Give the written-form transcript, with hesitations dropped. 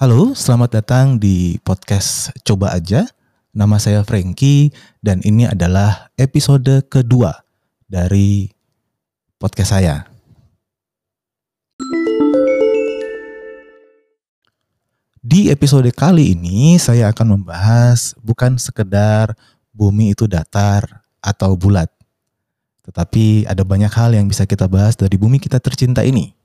Halo, selamat datang di podcast Coba Aja. Nama saya Frankie dan ini adalah episode kedua dari podcast saya. Di episode kali ini saya akan membahas bukan sekedar bumi itu datar atau bulat, tetapi ada banyak hal yang bisa kita bahas dari bumi kita tercinta ini.